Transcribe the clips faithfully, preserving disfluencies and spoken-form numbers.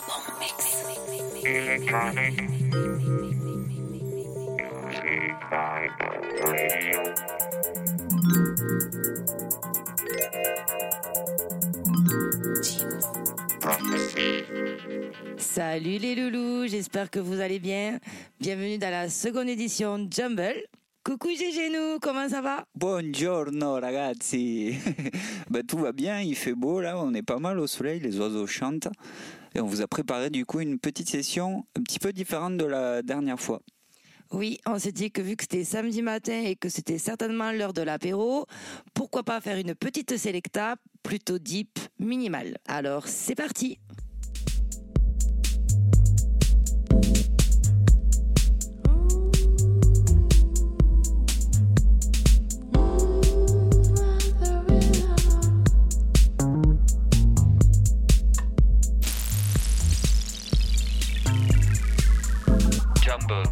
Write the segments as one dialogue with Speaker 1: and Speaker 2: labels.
Speaker 1: Bon mix. Salut les loulous, j'espère que vous allez bien. Bienvenue dans la seconde édition Jumble. Coucou Gégé nous, comment ça va?
Speaker 2: Buongiorno ragazzi. Ben, tout va bien, il fait beau là, on est pas mal au soleil, les oiseaux chantent. Et on vous a préparé du coup une petite session un petit peu différente de la dernière fois.
Speaker 1: Oui, on s'est dit que vu que c'était samedi matin et que c'était certainement l'heure de l'apéro, pourquoi pas faire une petite selecta plutôt deep, minimale. Alors c'est parti.
Speaker 2: Jumble.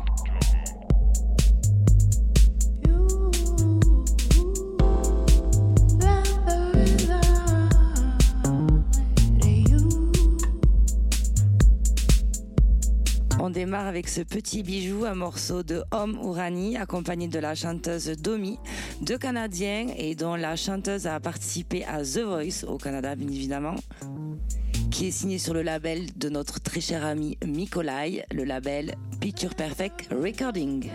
Speaker 1: On démarre avec ce petit bijou, un morceau de Om Urani, accompagné de la chanteuse Domi, deux Canadiens et dont la chanteuse a participé à The Voice au Canada, bien évidemment, qui est signé sur le label de notre très cher ami Mikolai, le label Picture Perfect Recording.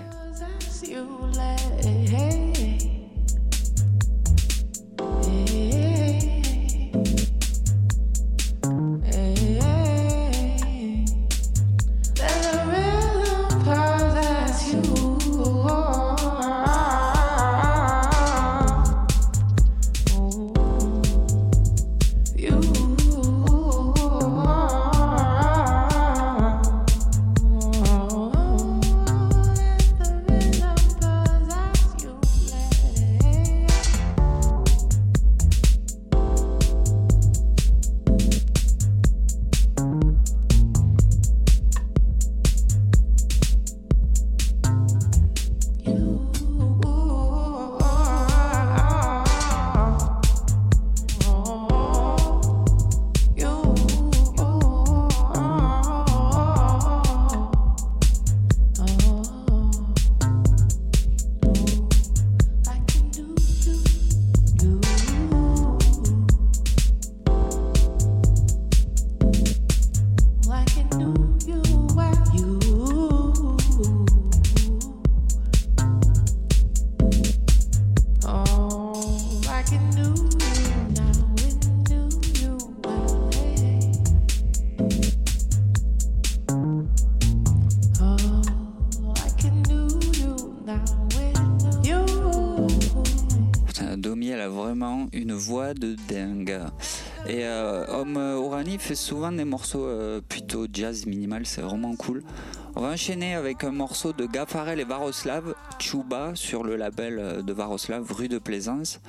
Speaker 2: De dingue. Et euh, Om Urani fait souvent des morceaux euh, plutôt jazz minimal, c'est vraiment cool. On va enchaîner avec un morceau de Gafarel et Varoslav, Chuba, sur le label de Varoslav, Rue de Plaisance.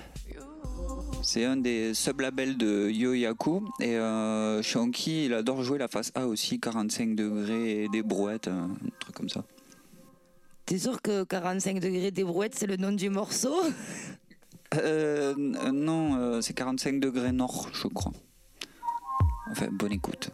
Speaker 2: C'est un des sub-labels de Yo Yaku. Et euh, Shonky, il adore jouer la face A aussi, quarante-cinq degrés et des brouettes, un truc comme ça.
Speaker 1: T'es sûr que quarante-cinq degrés des brouettes, c'est le nom du morceau?
Speaker 2: Euh, non, euh, c'est quarante-cinq degrés nord, je crois. Enfin, bonne écoute.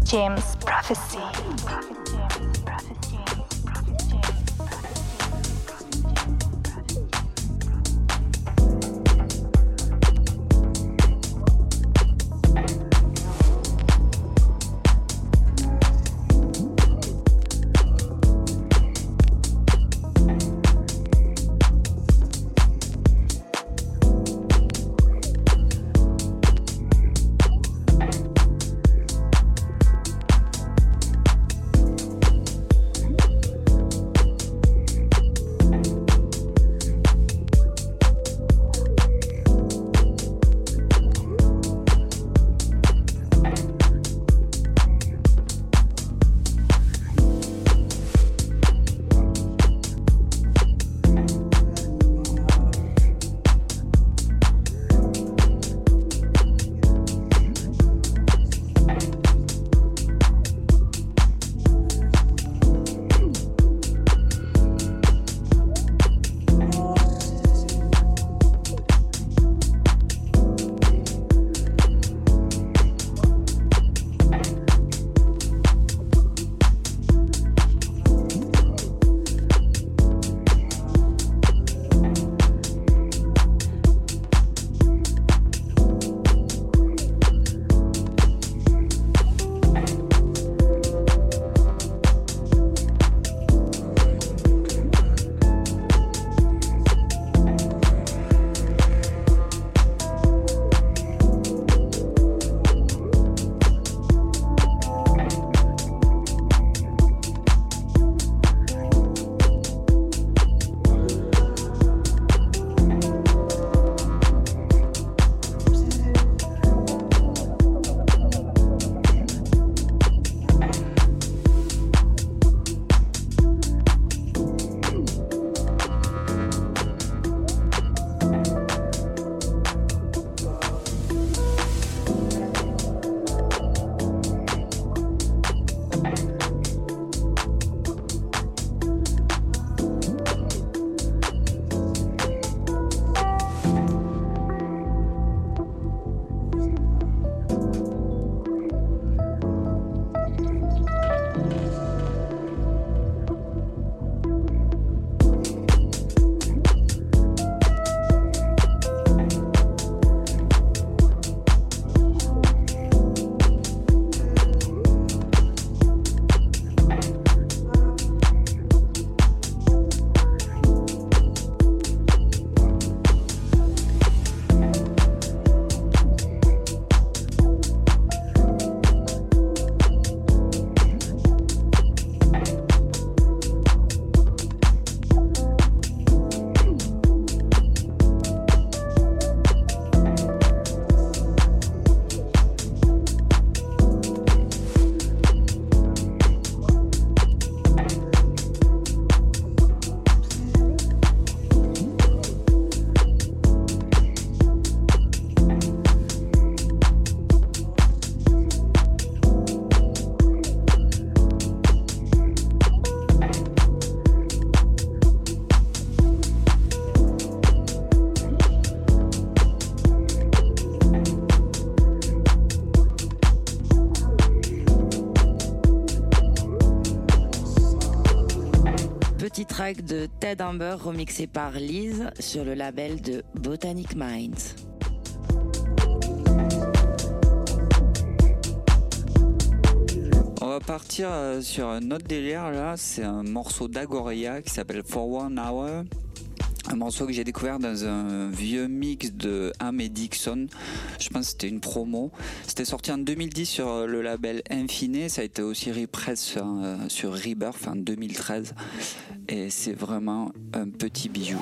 Speaker 3: James Prophecy.
Speaker 1: Petit track de Ted Amber remixé par Liz sur le label de Botanic Minds.
Speaker 2: On va partir sur un autre délire là, c'est un morceau d'Agoria qui s'appelle For One Hour. Un morceau que j'ai découvert dans un vieux mix de Ham et Dixon. Je pense que c'était une promo. C'était sorti en deux mille dix sur le label Infine. Ça a été aussi repress sur, euh, sur Rebirth en deux mille treize. Et c'est vraiment un petit bijou.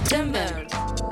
Speaker 1: Tumble.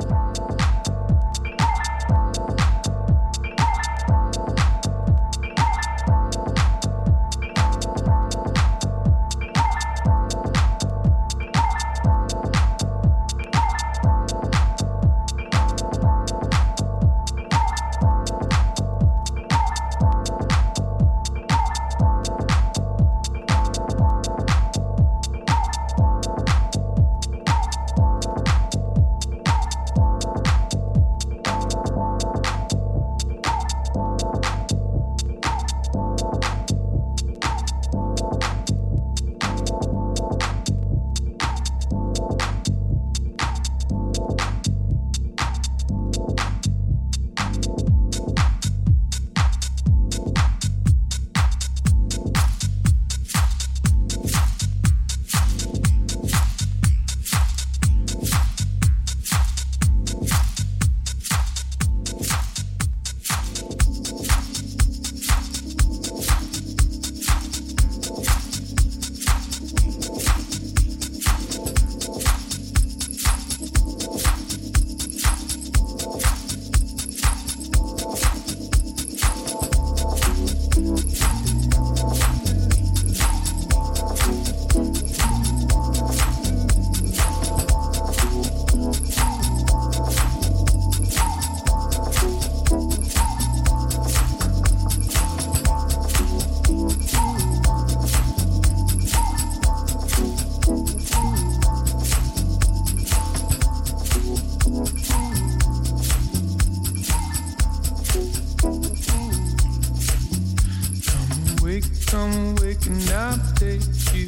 Speaker 3: Come awake and I'll take you.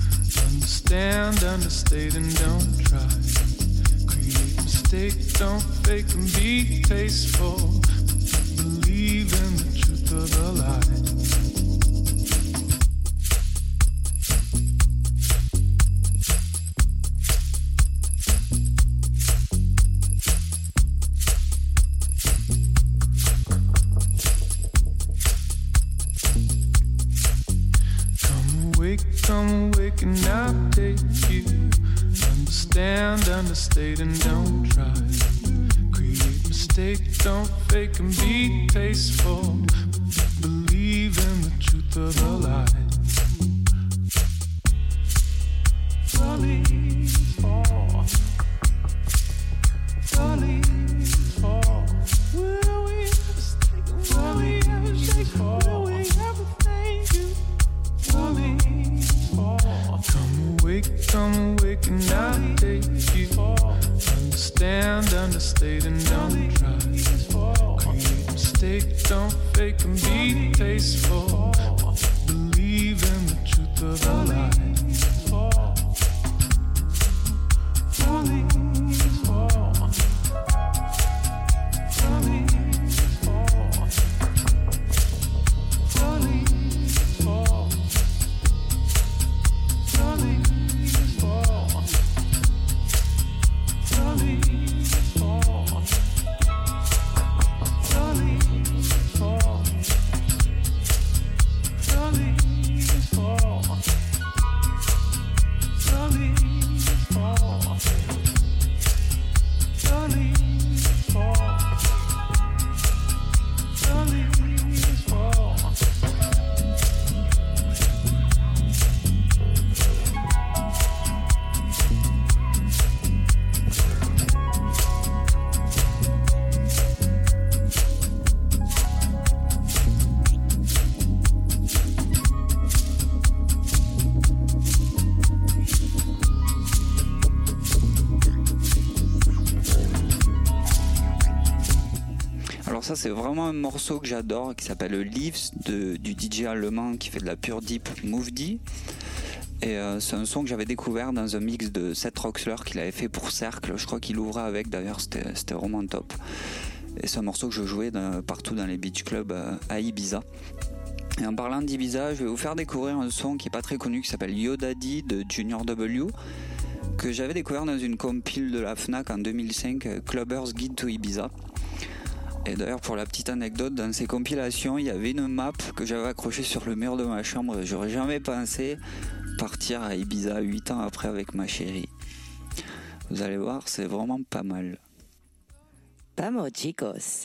Speaker 3: Understand, understate and don't try. Create mistake, don't fake and be tasteful. Believe in the truth of the lie. Come awake and I'll take you. Understand, understate and don't try. Create mistake, don't fake and be tasteful. Believe in the truth of the lie. The leaves fall. The leaves fall. Will we ever stay? The leaves fall. Will we ever thank you? The leaves fall. Come awake, come awake and I'll take you. Understand, understate and don't try. Create mistake, don't fake and be tasteful. Believe in the truth of the lie. The leaves fall. The leaves fall. The leaves fall. The leaves fall. The leaves fall. The leaves fall. The leaves fall. The leaves fall. The leaves fall. The leaves fall.
Speaker 2: Alors ça c'est vraiment un morceau que j'adore qui s'appelle Leaves de, du D J allemand qui fait de la pure deep Moovdi. Et euh, c'est un son que j'avais découvert dans un mix de Seth Roxler qu'il avait fait pour Cercle. Je crois qu'il ouvrait avec d'ailleurs, c'était, c'était vraiment top. Et c'est un morceau que je jouais dans, partout dans les beach clubs à, à Ibiza. Et en parlant d'Ibiza, je vais vous faire découvrir un son qui est pas très connu qui s'appelle Yo Daddy de Junior W, que j'avais découvert dans une compile de la Fnac en deux mille cinq, Clubbers Guide to Ibiza. Et d'ailleurs pour la petite anecdote, dans ces compilations il y avait une map que j'avais accrochée sur le mur de ma chambre et j'aurais jamais pensé partir à Ibiza huit ans après avec ma chérie. Vous allez voir, c'est vraiment pas mal.
Speaker 1: Vamos, chicos.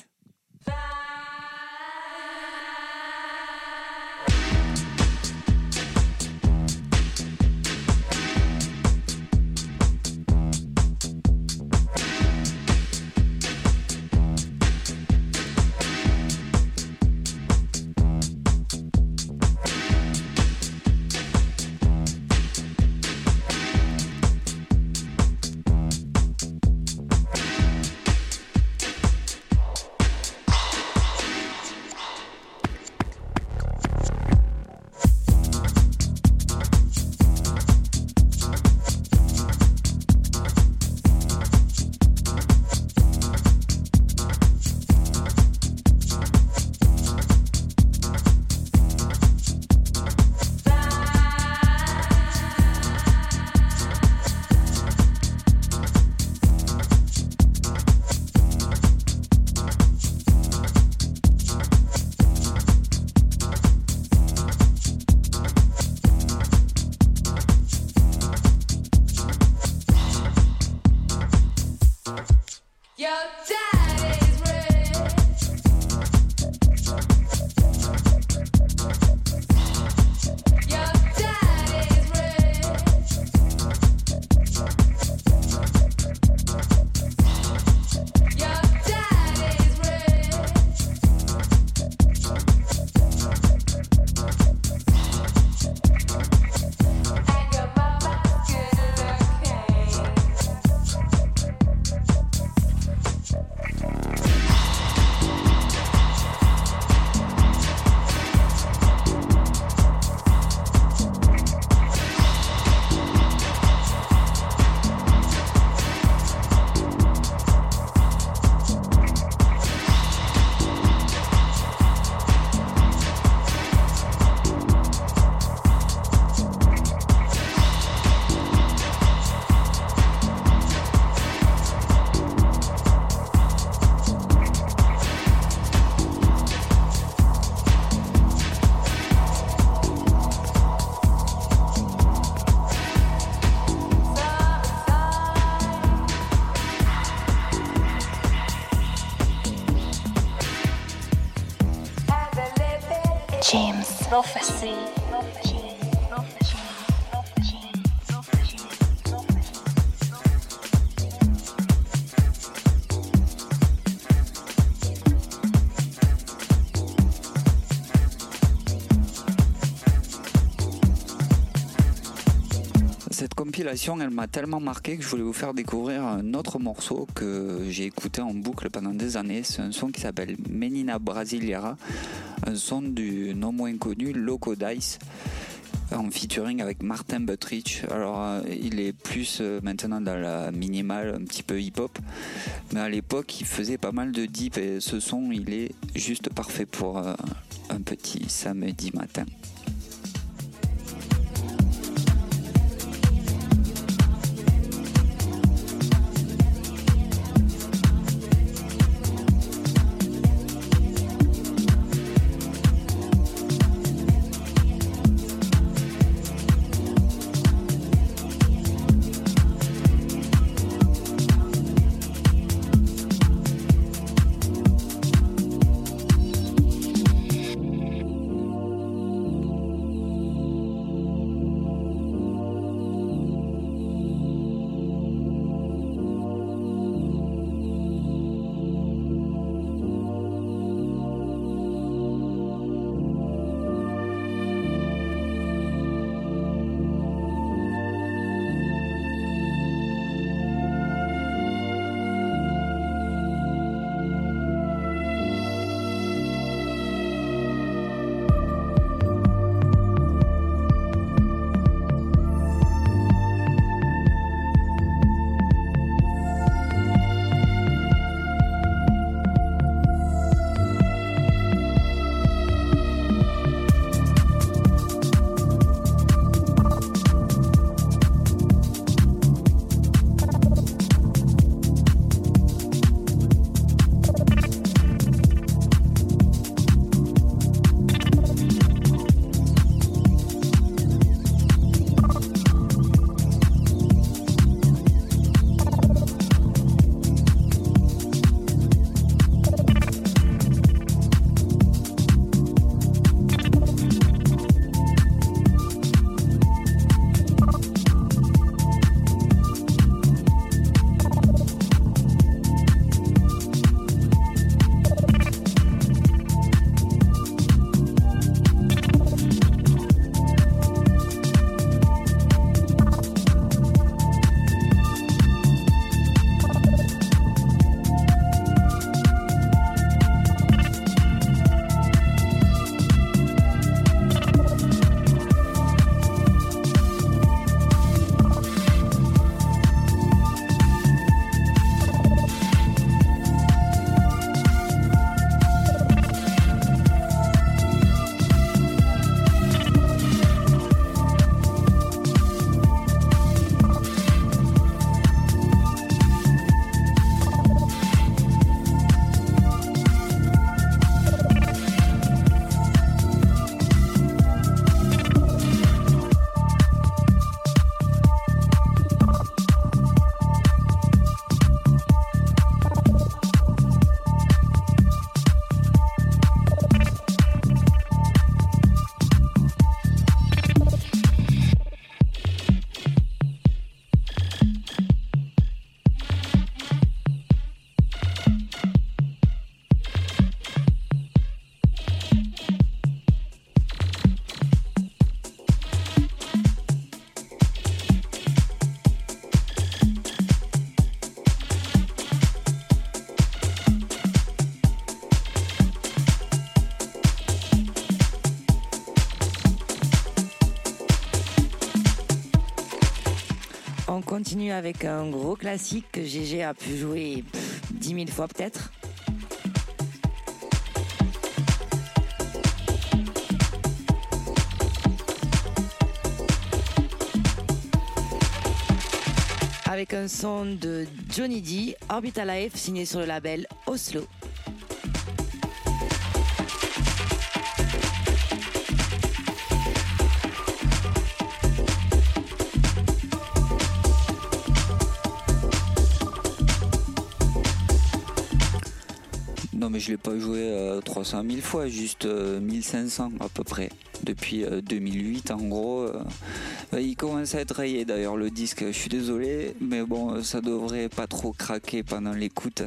Speaker 4: James Prophecy.
Speaker 2: Cette compilation, elle m'a tellement marqué que je voulais vous faire découvrir un autre morceau que j'ai écouté en boucle pendant des années. C'est un son qui s'appelle Menina Brasileira, un son du non moins connu Loco Dice, en featuring avec Martin Buttrich. Alors euh, il est plus euh, maintenant dans la minimale, un petit peu hip-hop, mais à l'époque il faisait pas mal de deep et ce son il est juste parfait pour euh, un petit samedi matin.
Speaker 1: continue avec un gros classique que G G a pu jouer dix mille fois peut-être. Avec un son de Johnny D, Orbital Life, signé sur le label Oslo.
Speaker 2: Non mais je l'ai pas joué euh, trois cent mille fois, juste euh, mille cinq cents à peu près. Depuis euh, deux mille huit en gros. Euh, bah, il commence à être rayé d'ailleurs le disque, je suis désolé, mais bon ça devrait pas trop craquer pendant l'écoute.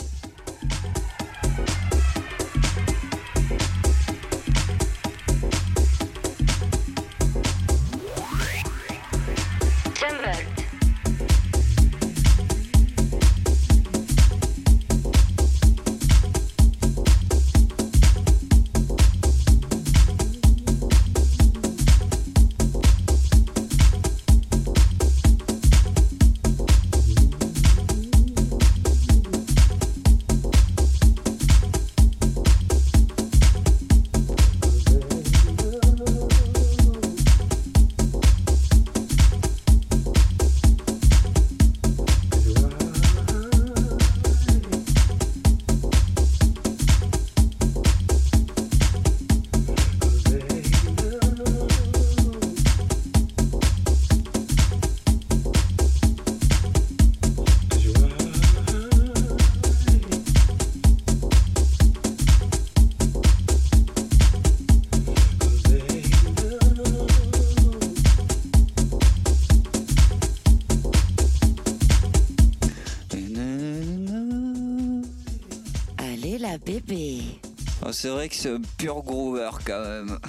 Speaker 1: Bébé.
Speaker 2: Oh, c'est vrai que c'est un pur groover quand même.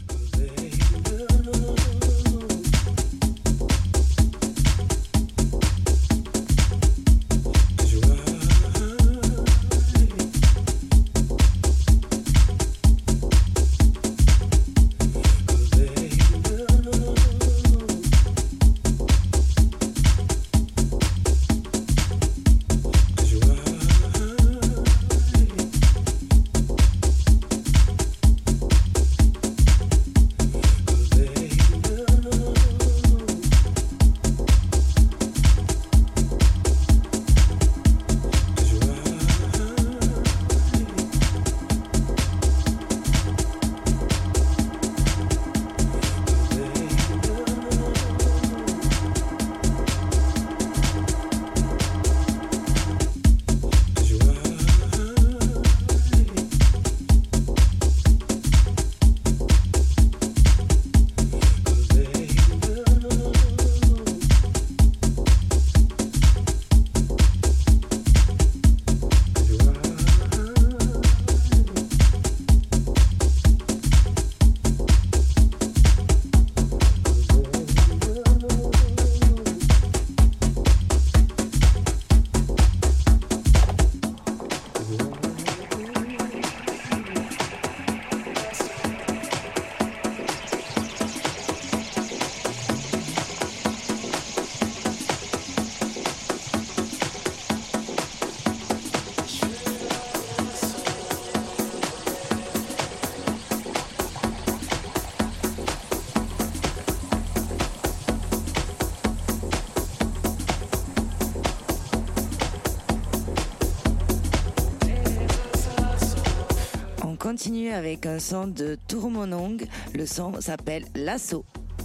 Speaker 1: Continue avec un son de Tourmonong. Le son s'appelle L'Assaut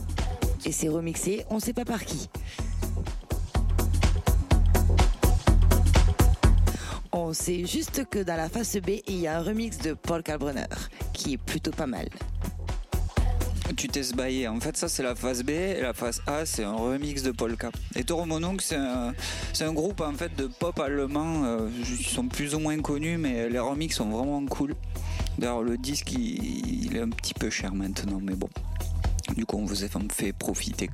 Speaker 1: et c'est remixé on sait pas par qui. On sait juste que dans la face B il y a un remix de Paul Kalkbrenner qui est plutôt pas mal.
Speaker 2: Tu t'es sbaillé. En fait, ça c'est la phase B et la phase A c'est un remix de Polka. Et Tourmonong c'est un, c'est un groupe en fait de pop allemand. Euh, ils sont plus ou moins connus, mais les remix sont vraiment cool. D'ailleurs, le disque il, il est un petit peu cher maintenant, mais bon. Du coup, on vous a fait profiter.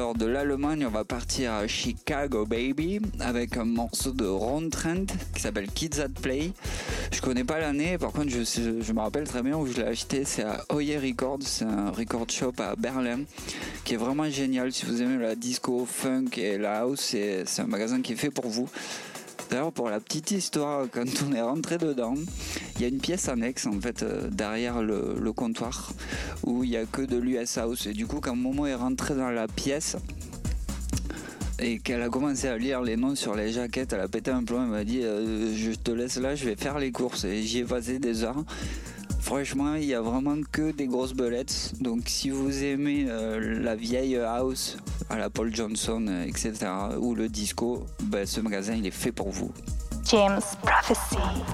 Speaker 2: Alors de l'Allemagne, on va partir à Chicago Baby avec un morceau de Ron Trent qui s'appelle Kids That Play. Je connais pas l'année, par contre je, sais, je me rappelle très bien où je l'ai acheté, c'est à Oye Records, c'est un record shop à Berlin qui est vraiment génial. Si vous aimez la disco, funk et la house, c'est, c'est un magasin qui est fait pour vous. D'ailleurs, pour la petite histoire, quand on est rentré dedans, il y a une pièce annexe en fait euh, derrière le, le comptoir où il n'y a que de l'U S House. Et du coup, quand Momo est rentrée dans la pièce et qu'elle a commencé à lire les noms sur les jaquettes, elle a pété un plomb. Elle m'a dit euh, je te laisse là, je vais faire les courses. Et j'y ai passé des heures. Franchement, il n'y a vraiment que des grosses belettes. Donc si vous aimez euh, la vieille house à la Paul Johnson, et cetera, ou le disco, ben, ce magasin il est fait pour vous.
Speaker 4: James Prophecy.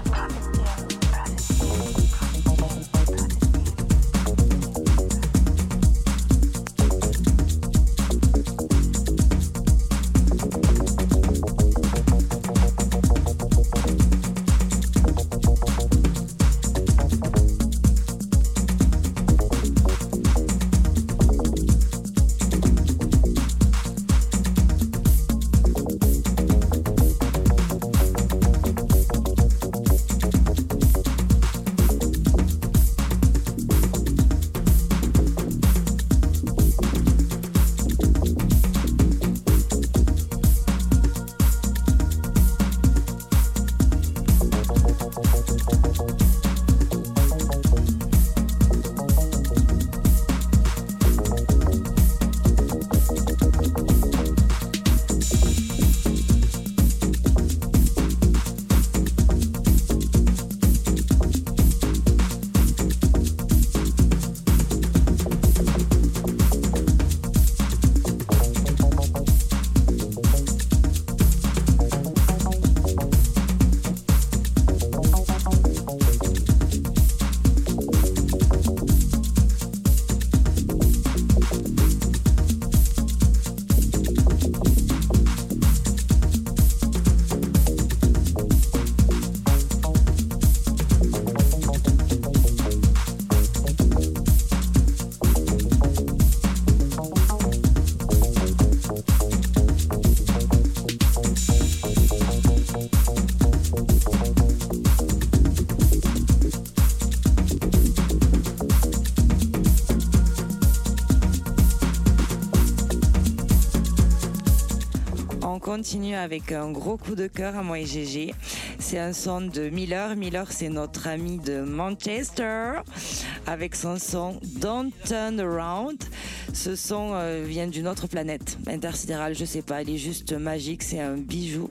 Speaker 1: On continue avec un gros coup de cœur à moi et Gégé. C'est un son de Miller. Miller, c'est notre ami de Manchester avec son son Don't Turn Around. Ce son euh, vient d'une autre planète intersidérale, je sais pas, il est juste magique, c'est un bijou.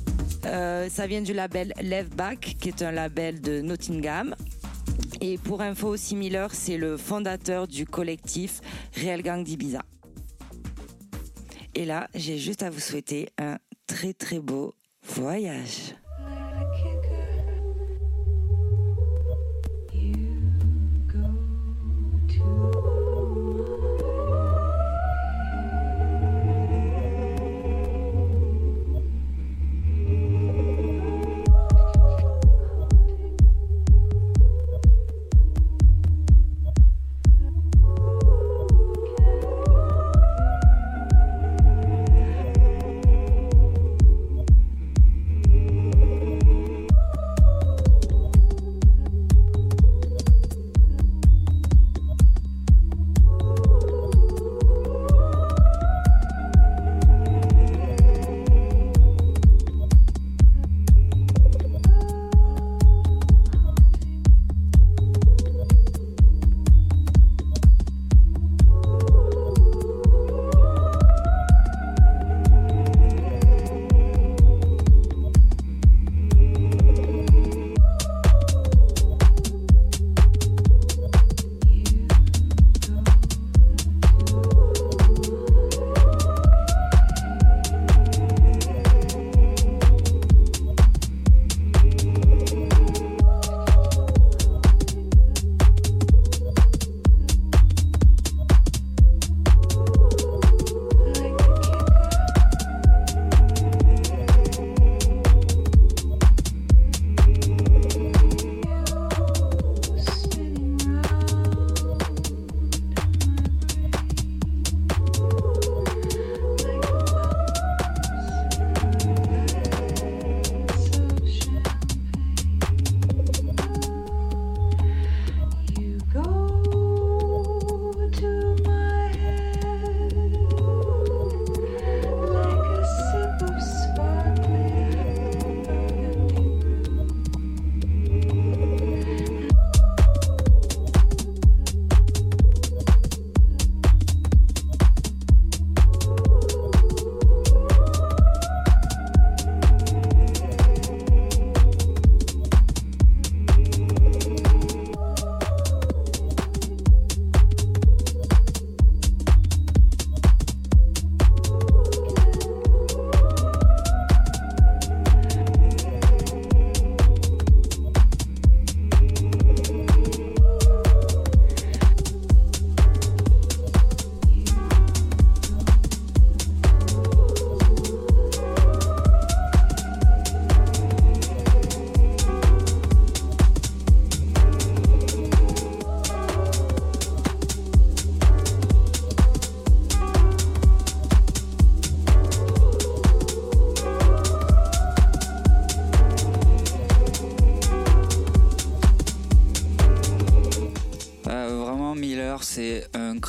Speaker 1: Euh, ça vient du label Left Back, qui est un label de Nottingham. Et pour info aussi, Miller, c'est le fondateur du collectif Real Gang d'Ibiza. Et là, j'ai juste à vous souhaiter un très très beau voyage.
Speaker 3: Thank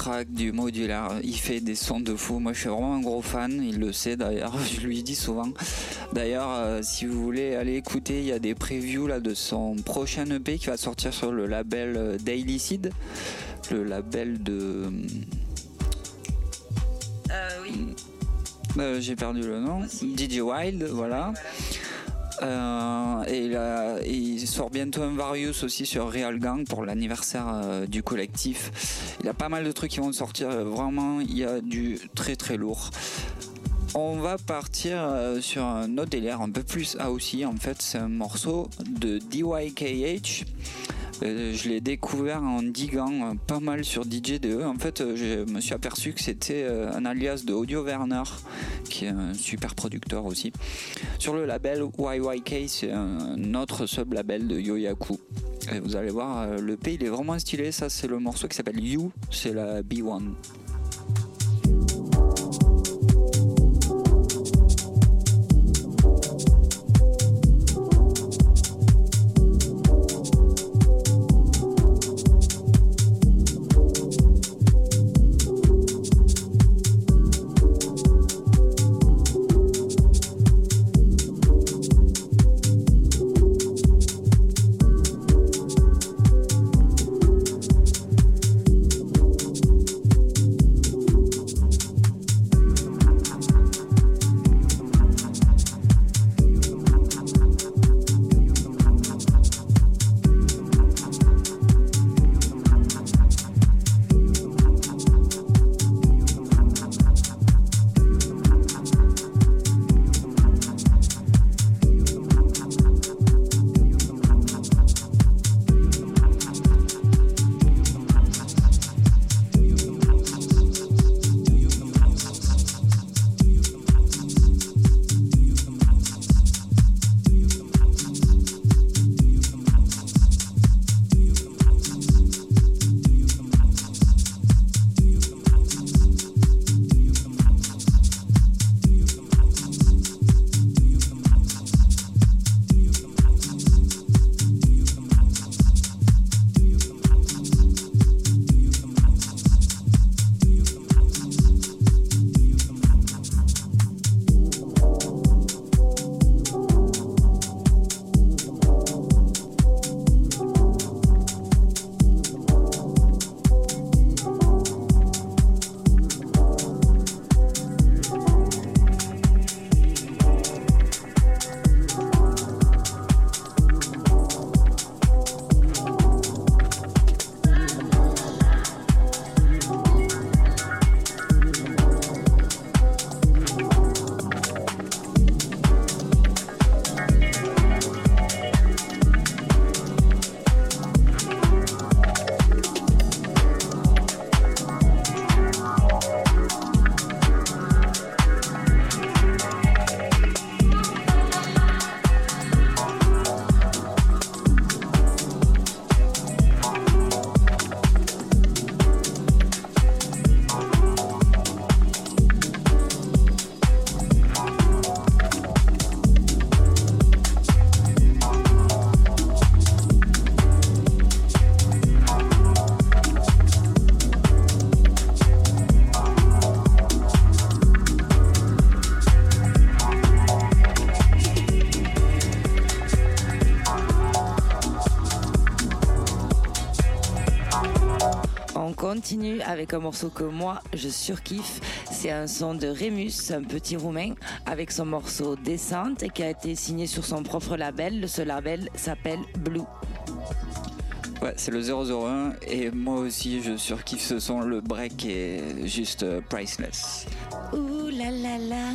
Speaker 2: track, du modulaire. Il fait des sons de fou. Moi, je suis vraiment un gros fan. Il le sait d'ailleurs. Je lui dis souvent. D'ailleurs, euh, si vous voulez aller écouter, il y a des previews là de son prochain E P qui va sortir sur le label euh, Daily Seed, le label de.
Speaker 1: Euh, oui.
Speaker 2: Euh, j'ai perdu le nom. D J Wild, voilà. Euh, et il, a, il sort bientôt un Various aussi sur Real Gang pour l'anniversaire euh, du collectif. Il y a pas mal de trucs qui vont sortir. Vraiment, il y a du très très lourd. On va partir euh, sur un autre délire un peu plus aussi. En fait, c'est un morceau de D Y K H. Euh, je l'ai découvert en diguant euh, pas mal sur D J D E. En fait, euh, je me suis aperçu que c'était euh, un alias de Audio Werner, qui est un super producteur aussi. Sur le label Y Y K, c'est un autre sub-label de Yoyaku. Et vous allez voir, euh, le P il est vraiment stylé. Ça, c'est le morceau qui s'appelle You, c'est la B un.
Speaker 1: continue avec un morceau que moi je surkiffe. C'est un son de Remus, un petit roumain, avec son morceau Descente qui a été signé sur son propre label. Ce label s'appelle Blue.
Speaker 2: Ouais, c'est le zéro zéro un et moi aussi je surkiffe ce son. Le break est juste euh, priceless.
Speaker 1: Ouh là là là.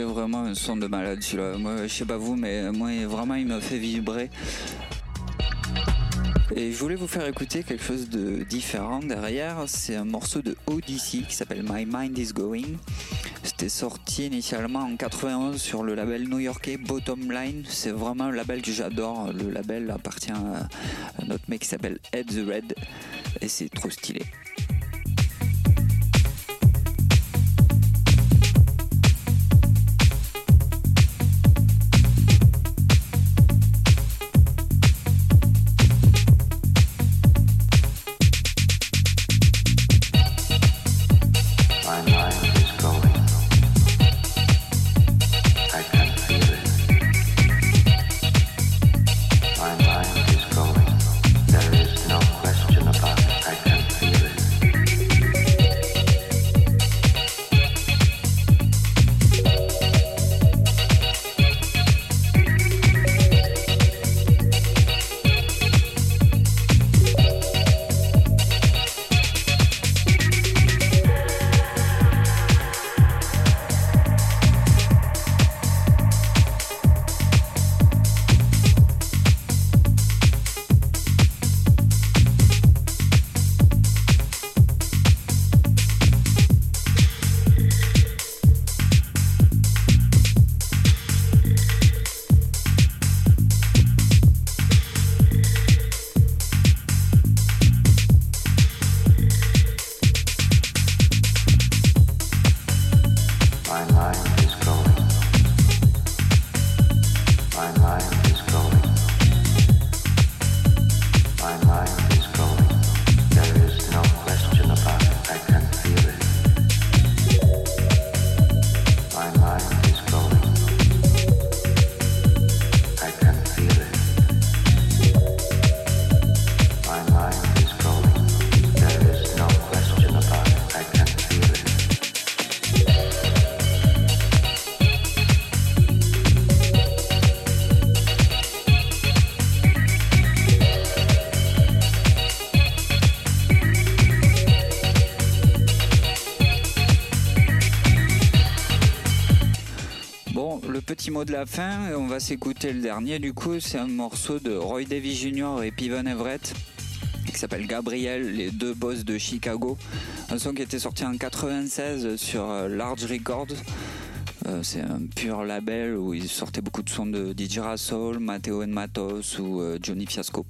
Speaker 2: vraiment un son de malade celui-là. Moi, je sais pas vous, mais moi, vraiment, il me fait vibrer. Et je voulais vous faire écouter quelque chose de différent derrière. C'est un morceau de Odyssey qui s'appelle My Mind Is Going. C'était sorti initialement en quatre-vingt-onze sur le label new-yorkais Bottom Line. C'est vraiment un label que j'adore. Le label appartient à un autre mec qui s'appelle Ed the Red. Et c'est trop stylé. Petit mot de la fin, on va s'écouter le dernier du coup, c'est un morceau de Roy Davis junior et Piven Everett qui s'appelle Gabriel, les deux boss de Chicago, un son qui était sorti en quatre-vingt-seize sur Large Records. Euh, c'est un pur label où ils sortaient beaucoup de sons de D J Rasoul, Matteo and Matos ou euh, Johnny Fiasco.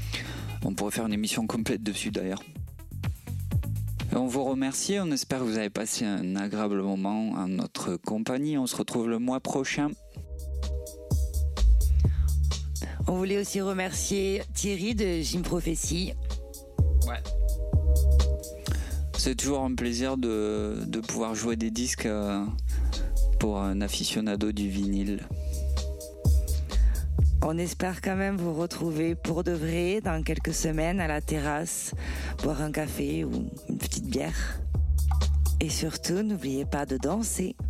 Speaker 2: On pourrait faire une émission complète dessus d'ailleurs. Et on vous remercie, on espère que vous avez passé un agréable moment en notre compagnie. On se retrouve le mois prochain.
Speaker 1: On voulait aussi remercier Thierry de Gym Prophecy.
Speaker 2: Ouais. C'est toujours un plaisir de, de pouvoir jouer des disques euh, pour un aficionado du vinyle.
Speaker 1: On espère quand même vous retrouver pour de vrai dans quelques semaines à la terrasse, boire un café ou une petite bière. Et surtout, n'oubliez pas de danser.